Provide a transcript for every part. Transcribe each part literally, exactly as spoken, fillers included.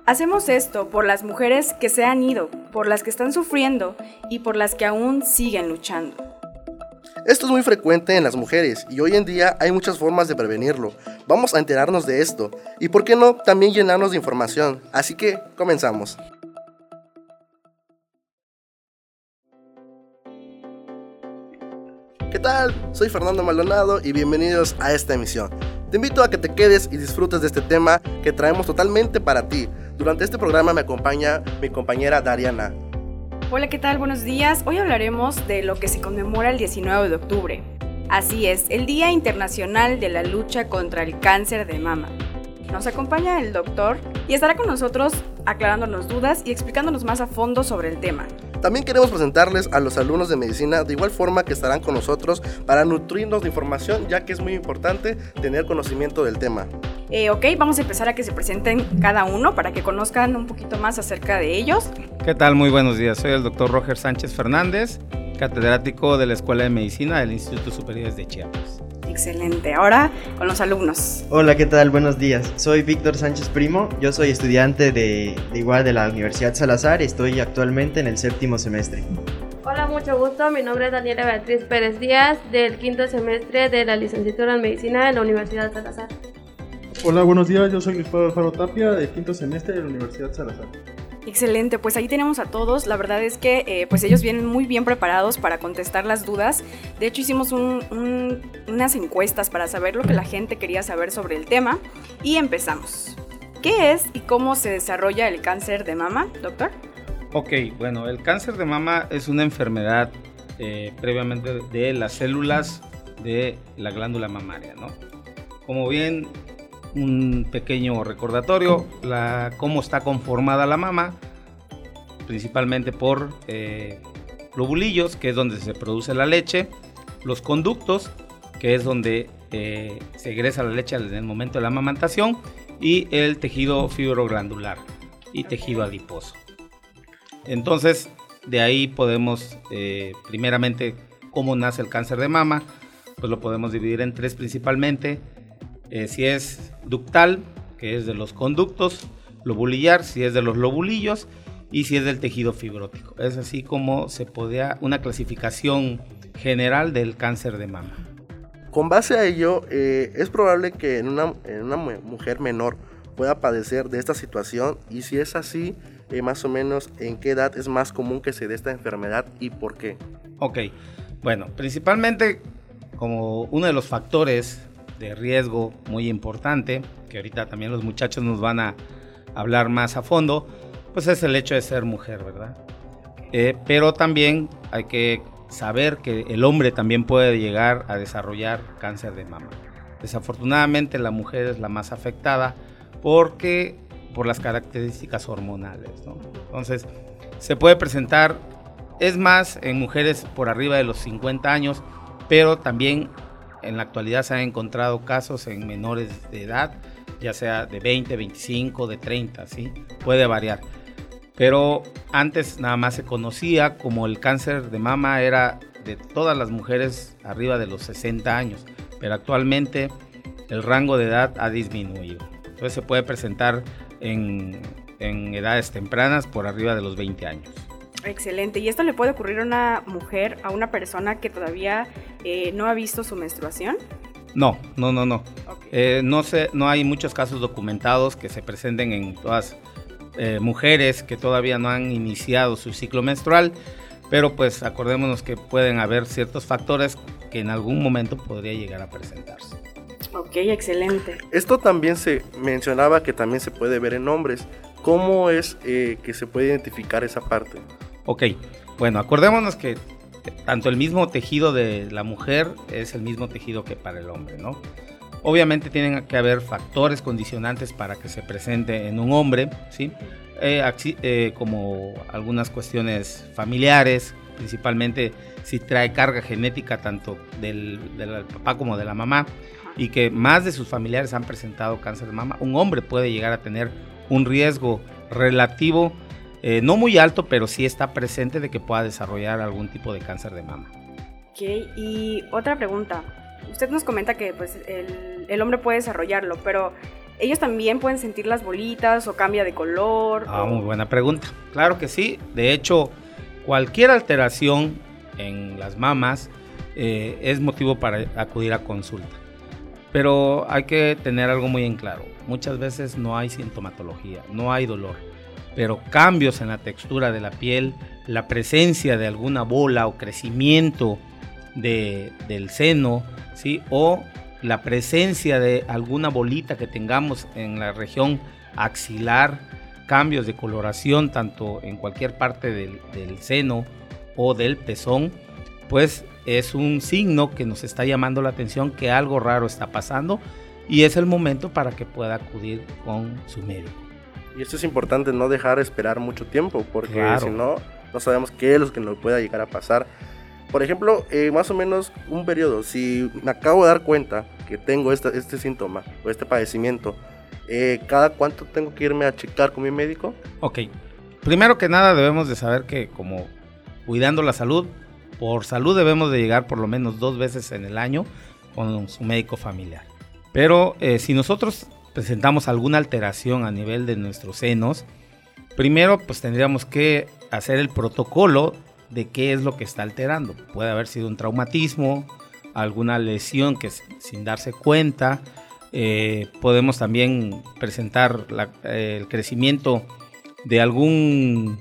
Hacemos esto por las mujeres que se han ido, por las que están sufriendo y por las que aún siguen luchando. Esto es muy frecuente en las mujeres y hoy en día hay muchas formas de prevenirlo. Vamos a enterarnos de esto y, por qué no, también llenarnos de información. Así que, comenzamos. ¿Qué tal? Soy Fernando Maldonado y bienvenidos a esta emisión. Te invito a que te quedes y disfrutes de este tema que traemos totalmente para ti. Durante este programa me acompaña mi compañera Dariana. Hola, ¿qué tal? Buenos días. Hoy hablaremos de lo que se conmemora el diecinueve de octubre. Así es, el Día Internacional de la Lucha contra el Cáncer de Mama. Nos acompaña el doctor y estará con nosotros aclarándonos dudas y explicándonos más a fondo sobre el tema. También queremos presentarles a los alumnos de medicina de igual forma que estarán con nosotros para nutrirnos de información, ya que es muy importante tener conocimiento del tema. Eh, ok, vamos a empezar a que se presenten cada uno para que conozcan un poquito más acerca de ellos. ¿Qué tal? Muy buenos días. Soy el doctor Roger Sánchez Fernández, catedrático de la Escuela de Medicina del Instituto Superior de Chiapas. Excelente. Ahora con los alumnos. Hola, ¿qué tal? Buenos días. Soy Víctor Sánchez Primo. Yo soy estudiante de, de igual de la Universidad Salazar y estoy actualmente en el séptimo semestre. Hola, mucho gusto. Mi nombre es Daniela Beatriz Pérez Díaz, del quinto semestre de la licenciatura en Medicina de la Universidad Salazar. Hola, buenos días. Yo soy Luis Pablo Alfaro Tapia, del quinto semestre de la Universidad Salazar. Excelente, pues ahí tenemos a todos. La verdad es que eh, pues ellos vienen muy bien preparados para contestar las dudas. De hecho hicimos un, un, unas encuestas para saber lo que la gente quería saber sobre el tema y empezamos. ¿Qué es y cómo se desarrolla el cáncer de mama, doctor? Ok, bueno, el cáncer de mama es una enfermedad eh, previamente de las células de la glándula mamaria, ¿no? Como bien, un pequeño recordatorio, la, cómo está conformada la mama, principalmente por eh, globulillos, que es donde se produce la leche, los conductos, que es donde eh, se egresa la leche en el momento de la amamantación, y el tejido fibroglandular y tejido adiposo. Entonces, de ahí podemos, eh, primeramente, cómo nace el cáncer de mama, pues lo podemos dividir en tres principalmente. Eh, si es ductal, que es de los conductos, lobulillar, si es de los lobulillos, y si es del tejido fibrótico. Es así como se podía una clasificación general del cáncer de mama. Con base a ello, eh, es probable que en una, en una mujer menor pueda padecer de esta situación, y si es así, eh, más o menos, ¿en qué edad es más común que se dé esta enfermedad y por qué? Ok, bueno, principalmente como uno de los factores de riesgo muy importante, que ahorita también los muchachos nos van a hablar más a fondo, pues es el hecho de ser mujer, ¿verdad? Eh, pero también hay que saber que el hombre también puede llegar a desarrollar cáncer de mama. Desafortunadamente la mujer es la más afectada porque por las características hormonales, ¿no? Entonces se puede presentar, es más en mujeres por arriba de los cincuenta años, pero también en la actualidad se han encontrado casos en menores de edad, ya sea de veinte, veinticinco, de treinta, ¿sí? Puede variar. Pero antes nada más se conocía como el cáncer de mama era de todas las mujeres arriba de los sesenta años, pero actualmente el rango de edad ha disminuido. Entonces se puede presentar en, en edades tempranas por arriba de los veinte años. Excelente. ¿Y esto le puede ocurrir a una mujer, a una persona que todavía eh, no ha visto su menstruación? No, no, no, no. Okay. Eh, no, sé, no hay muchos casos documentados que se presenten en todas eh, mujeres que todavía no han iniciado su ciclo menstrual, pero pues acordémonos que pueden haber ciertos factores que en algún momento podría llegar a presentarse. Ok, excelente. Esto también se mencionaba que también se puede ver en hombres. ¿Cómo es eh, que se puede identificar esa parte? Ok, bueno, acordémonos que tanto el mismo tejido de la mujer es el mismo tejido que para el hombre, ¿no? Obviamente tienen que haber factores condicionantes para que se presente en un hombre, ¿sí? Eh, axi- eh, como algunas cuestiones familiares, principalmente si trae carga genética tanto del, del papá como de la mamá, y que más de sus familiares han presentado cáncer de mama, un hombre puede llegar a tener un riesgo relativo, eh, no muy alto, pero sí está presente de que pueda desarrollar algún tipo de cáncer de mama. Ok, y otra pregunta. Usted nos comenta que pues, el, el hombre puede desarrollarlo, pero ¿ellos también pueden sentir las bolitas o cambia de color? Ah, o... muy buena pregunta. Claro que sí. De hecho, cualquier alteración en las mamas eh, es motivo para acudir a consulta. Pero hay que tener algo muy en claro. Muchas veces no hay sintomatología, no hay dolor, pero cambios en la textura de la piel, la presencia de alguna bola o crecimiento de, del seno, ¿sí? O la presencia de alguna bolita que tengamos en la región axilar, cambios de coloración tanto en cualquier parte del, del seno o del pezón, pues es un signo que nos está llamando la atención que algo raro está pasando y es el momento para que pueda acudir con su médico. Y esto es importante, no dejar esperar mucho tiempo, porque Claro. si no, no sabemos qué es lo que nos pueda llegar a pasar. Por ejemplo, eh, más o menos un periodo, si me acabo de dar cuenta que tengo este, este síntoma o este padecimiento, eh, ¿cada cuánto tengo que irme a checar con mi médico? Ok, primero que nada debemos de saber que como cuidando la salud, por salud debemos de llegar por lo menos dos veces en el año con su médico familiar. Pero eh, si nosotros presentamos alguna alteración a nivel de nuestros senos, primero pues tendríamos que hacer el protocolo de qué es lo que está alterando. Puede haber sido un traumatismo, alguna lesión que sin darse cuenta, eh, podemos también presentar la, eh, el crecimiento de algún,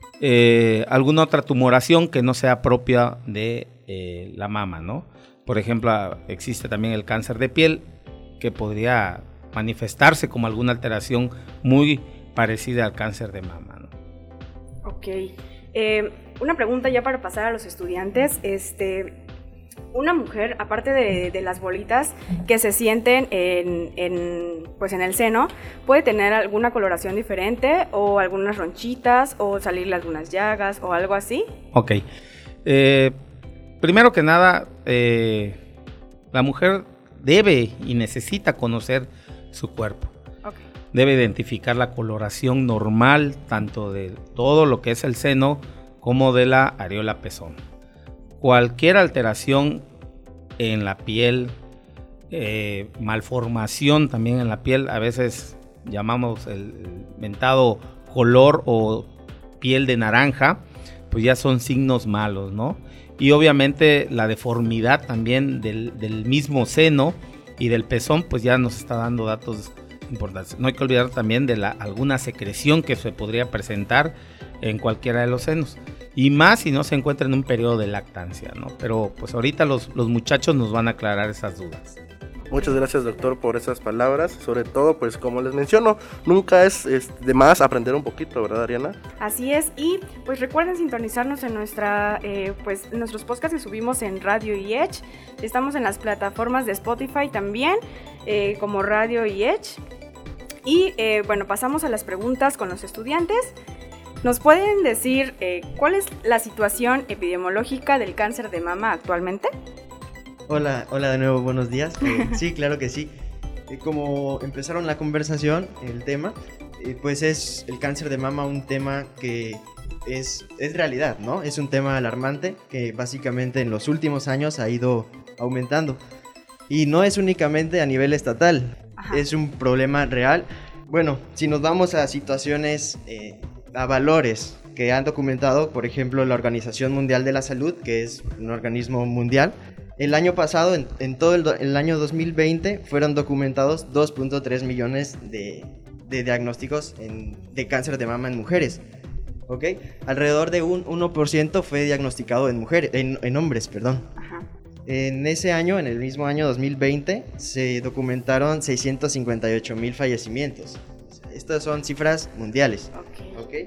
eh, alguna otra tumoración que no sea propia de eh, la mama, ¿no? Por ejemplo, existe también el cáncer de piel que podría manifestarse como alguna alteración muy parecida al cáncer de mama, ¿no? Ok. Eh, una pregunta ya para pasar a los estudiantes. Este, una mujer, aparte de, de las bolitas que se sienten en, en, pues en el seno, ¿puede tener alguna coloración diferente o algunas ronchitas o salirle algunas llagas o algo así? Ok. Eh, primero que nada, eh, la mujer debe y necesita conocer su cuerpo. Okay. Debe identificar la coloración normal tanto de todo lo que es el seno como de la areola pezón. Cualquier alteración en la piel, eh, malformación también en la piel, a veces llamamos el, el mentado color o piel de naranja, pues ya son signos malos, ¿no? Y obviamente la deformidad también del, del mismo seno y del pezón, pues ya nos está dando datos importantes. No hay que olvidar también de la, alguna secreción que se podría presentar en cualquiera de los senos. Y más si no se encuentra en un periodo de lactancia, ¿no? Pero pues ahorita los, los muchachos nos van a aclarar esas dudas. Muchas gracias, doctor, por esas palabras. Sobre todo, pues como les menciono, nunca es, es de más aprender un poquito, ¿verdad, Ariana? Así es, y pues recuerden sintonizarnos en nuestra, eh, pues nuestros podcasts que subimos en Radio I E H. Estamos en las plataformas de Spotify también, eh, como Radio I E H. Y eh, bueno, pasamos a las preguntas con los estudiantes. ¿Nos pueden decir eh, cuál es la situación epidemiológica del cáncer de mama actualmente? Hola, hola de nuevo, buenos días. Eh, sí, claro que sí. Eh, como empezaron la conversación, el tema, eh, pues es el cáncer de mama un tema que es, es realidad, ¿no? Es un tema alarmante que básicamente en los últimos años ha ido aumentando. Y no es únicamente a nivel estatal, Ajá. es un problema real. Bueno, si nos vamos a situaciones, eh, a valores que han documentado, por ejemplo, la Organización Mundial de la Salud, que es un organismo mundial, el año pasado, en, en todo el, do, el año dos mil veinte, fueron documentados dos punto tres millones de, de diagnósticos en, de cáncer de mama en mujeres. ¿Ok? Alrededor de un uno por ciento fue diagnosticado en mujeres, en, en hombres, perdón. Ajá. En ese año, en el mismo año dos mil veinte, se documentaron seiscientos cincuenta y ocho mil fallecimientos. Estas son cifras mundiales. Ok. ¿Okay?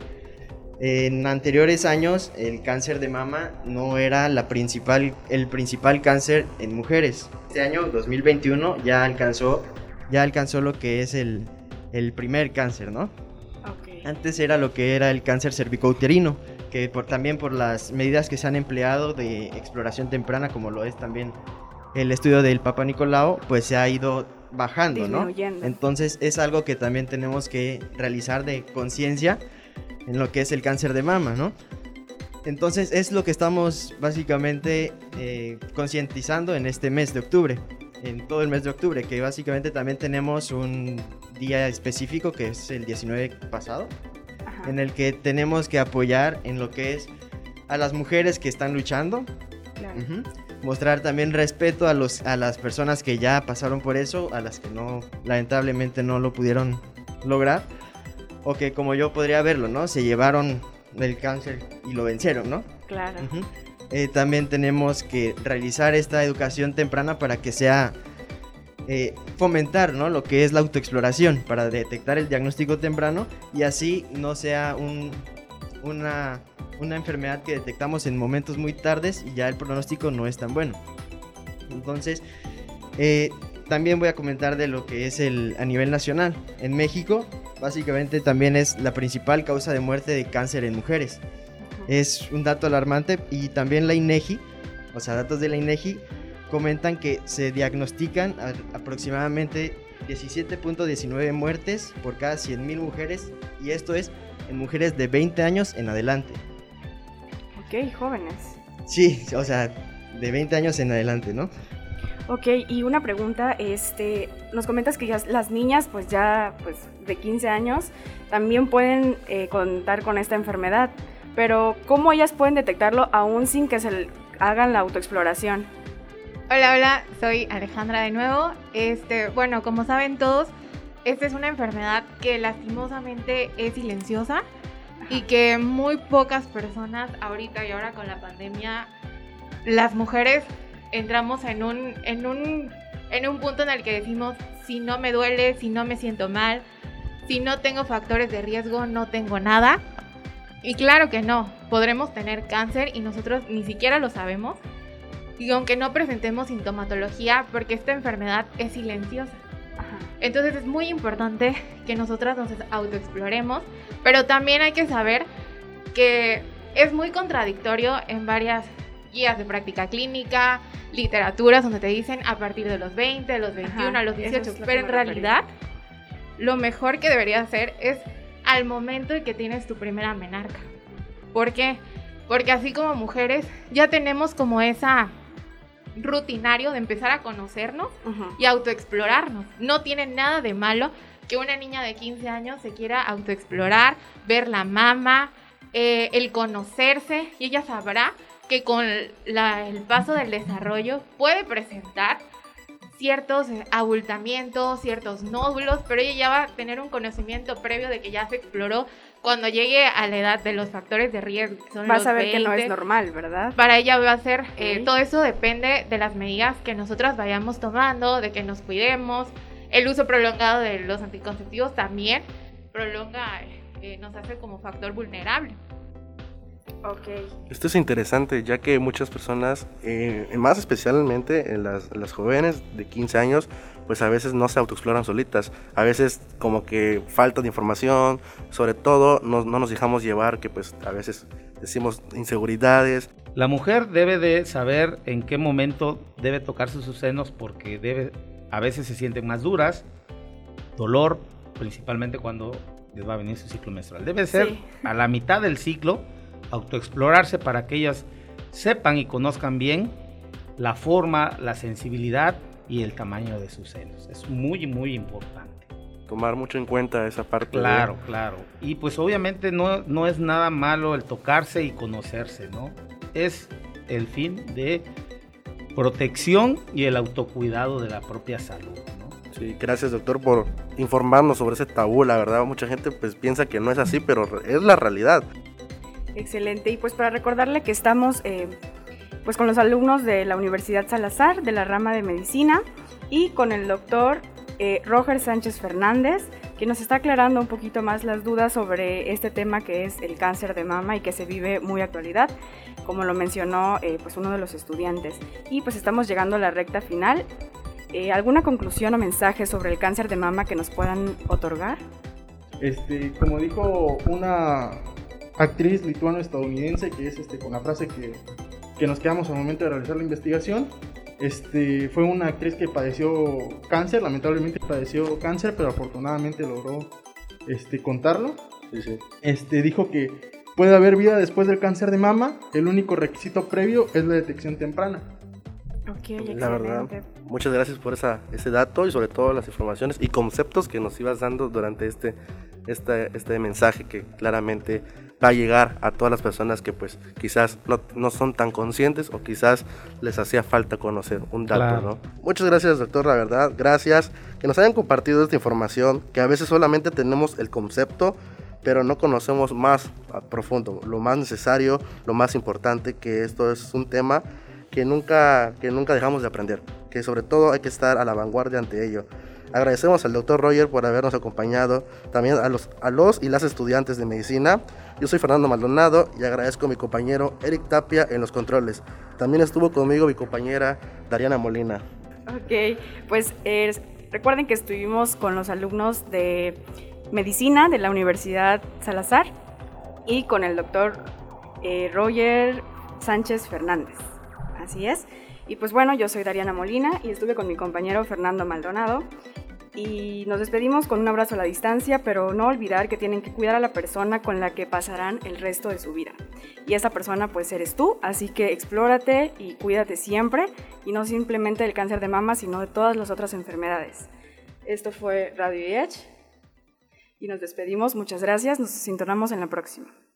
En anteriores años, el cáncer de mama no era la principal, el principal cáncer en mujeres. Este año, dos mil veintiuno, ya alcanzó, ya alcanzó lo que es el, el primer cáncer, ¿no? Okay. Antes era lo que era el cáncer cervicouterino, que por, también por las medidas que se han empleado de exploración temprana, como lo es también el estudio del Papa Nicolau, pues se ha ido bajando, ¿no? Entonces es algo que también tenemos que realizar de conciencia en lo que es el cáncer de mama, ¿no? Entonces es lo que estamos básicamente eh, concientizando en este mes de octubre, en todo el mes de octubre, que básicamente también tenemos un día específico que es el diecinueve pasado, Ajá. en el que tenemos que apoyar en lo que es a las mujeres que están luchando, Claro. uh-huh. mostrar también respeto a, los, a las personas que ya pasaron por eso, a las que no, lamentablemente no lo pudieron lograr, o que como yo podría verlo, ¿no? Se llevaron el cáncer y lo vencieron, ¿no? Claro. Uh-huh. Eh, también tenemos que realizar esta educación temprana para que sea eh, fomentar, ¿no? Lo que es la autoexploración, para detectar el diagnóstico temprano y así no sea un, una, una enfermedad que detectamos en momentos muy tardes y ya el pronóstico no es tan bueno. Entonces, eh, también voy a comentar de lo que es el a nivel nacional. En México, básicamente también es la principal causa de muerte de cáncer en mujeres. Es un dato alarmante y también la INEGI, o sea, datos de la INEGI comentan que se diagnostican a, aproximadamente diecisiete punto diecinueve muertes por cada cien mil mujeres y esto es en mujeres de veinte años en adelante. Ok, jóvenes. Sí, o sea, de veinte años en adelante, ¿no? Ok, y una pregunta, este, nos comentas que ya las niñas, pues ya pues de quince años, también pueden eh, contar con esta enfermedad, pero ¿cómo ellas pueden detectarlo aún sin que se hagan la autoexploración? Hola, hola, soy Alejandra de nuevo. Este, bueno, como saben todos, esta es una enfermedad que lastimosamente es silenciosa. Ajá. Y que muy pocas personas ahorita y ahora con la pandemia, las mujeres entramos en un, en un, en un punto en el que decimos, si no me duele, si no me siento mal, si no tengo factores de riesgo, no tengo nada. Y claro que no, podremos tener cáncer y nosotros ni siquiera lo sabemos. Y aunque no presentemos sintomatología, porque esta enfermedad es silenciosa. Ajá. Entonces es muy importante que nosotras nos autoexploremos, pero también hay que saber que es muy contradictorio en varias guías de práctica clínica, literaturas donde te dicen a partir de los veinte, los veintiuno, Ajá, a los dieciocho, pero en realidad lo mejor que debería hacer es al momento en que tienes tu primera menarca. ¿Por qué? Porque así como mujeres ya tenemos como esa rutinario de empezar a conocernos uh-huh. y autoexplorarnos. No tiene nada de malo que una niña de quince años se quiera autoexplorar, ver la mama, eh, el conocerse, y ella sabrá que con la, el paso del desarrollo puede presentar ciertos abultamientos, ciertos nódulos, pero ella ya va a tener un conocimiento previo de que ya se exploró cuando llegue a la edad de los factores de riesgo. Son va los a saber veinte. Que no es normal, ¿verdad? Para ella va a ser, okay. eh, todo eso depende de las medidas que nosotras vayamos tomando, de que nos cuidemos. El uso prolongado de los anticonceptivos también prolonga, eh, nos hace como factor vulnerable. Okay. Esto es interesante, ya que muchas personas, eh, más especialmente en las, las jóvenes de quince años, pues a veces no se autoexploran solitas, a veces como que falta de información, sobre todo no, no nos dejamos llevar, que pues a veces decimos inseguridades. La mujer debe de saber en qué momento debe tocarse sus senos, porque debe, a veces se sienten más duras, dolor, principalmente cuando les va a venir su ciclo menstrual. Debe ser sí. a la mitad del ciclo, autoexplorarse para que ellas sepan y conozcan bien la forma, la sensibilidad y el tamaño de sus senos. Es muy, muy importante. Tomar mucho en cuenta esa parte. Claro, de... claro. Y pues obviamente no, no es nada malo el tocarse y conocerse, ¿no? Es el fin de protección y el autocuidado de la propia salud, ¿no? Sí, gracias doctor por informarnos sobre ese tabú. La verdad, mucha gente pues piensa que no es así, pero es la realidad. Excelente, y pues para recordarle que estamos eh, pues con los alumnos de la Universidad Salazar, de la rama de Medicina, y con el doctor eh, Roger Sánchez Fernández, que nos está aclarando un poquito más las dudas sobre este tema que es el cáncer de mama y que se vive muy actualidad, como lo mencionó eh, pues uno de los estudiantes. Y pues estamos llegando a la recta final. Eh, ¿Alguna conclusión o mensaje sobre el cáncer de mama que nos puedan otorgar? Este, como dijo una actriz lituano-estadounidense, que es este, con la frase que, que nos quedamos al momento de realizar la investigación, este, fue una actriz que padeció cáncer, lamentablemente padeció cáncer, pero afortunadamente logró este, contarlo. Sí, sí. Este, dijo que puede haber vida después del cáncer de mama, el único requisito previo es la detección temprana. Ok, La excelente. verdad, muchas gracias por esa, ese dato y sobre todo las informaciones y conceptos que nos ibas dando durante este, este, este mensaje que claramente va a llegar a todas las personas que pues quizás no, no son tan conscientes o quizás les hacía falta conocer un dato, Claro. ¿no? Muchas gracias, doctor, la verdad, gracias que nos hayan compartido esta información, que a veces solamente tenemos el concepto, pero no conocemos más a profundo, lo más necesario, lo más importante, que esto es un tema que nunca, que nunca dejamos de aprender, que sobre todo hay que estar a la vanguardia ante ello. Agradecemos al doctor Roger por habernos acompañado, también a los, a los y las estudiantes de medicina. Yo soy Fernando Maldonado y agradezco a mi compañero Eric Tapia en los controles. También estuvo conmigo mi compañera Dariana Molina. Ok, pues eh, recuerden que estuvimos con los alumnos de Medicina de la Universidad Salazar y con el doctor eh, Roger Sánchez Fernández. Así es. Y pues bueno, yo soy Dariana Molina y estuve con mi compañero Fernando Maldonado. Y nos despedimos con un abrazo a la distancia, pero no olvidar que tienen que cuidar a la persona con la que pasarán el resto de su vida. Y esa persona pues eres tú, así que explórate y cuídate siempre, y no simplemente del cáncer de mama, sino de todas las otras enfermedades. Esto fue Radio I E H y nos despedimos, muchas gracias, nos sintonamos en la próxima.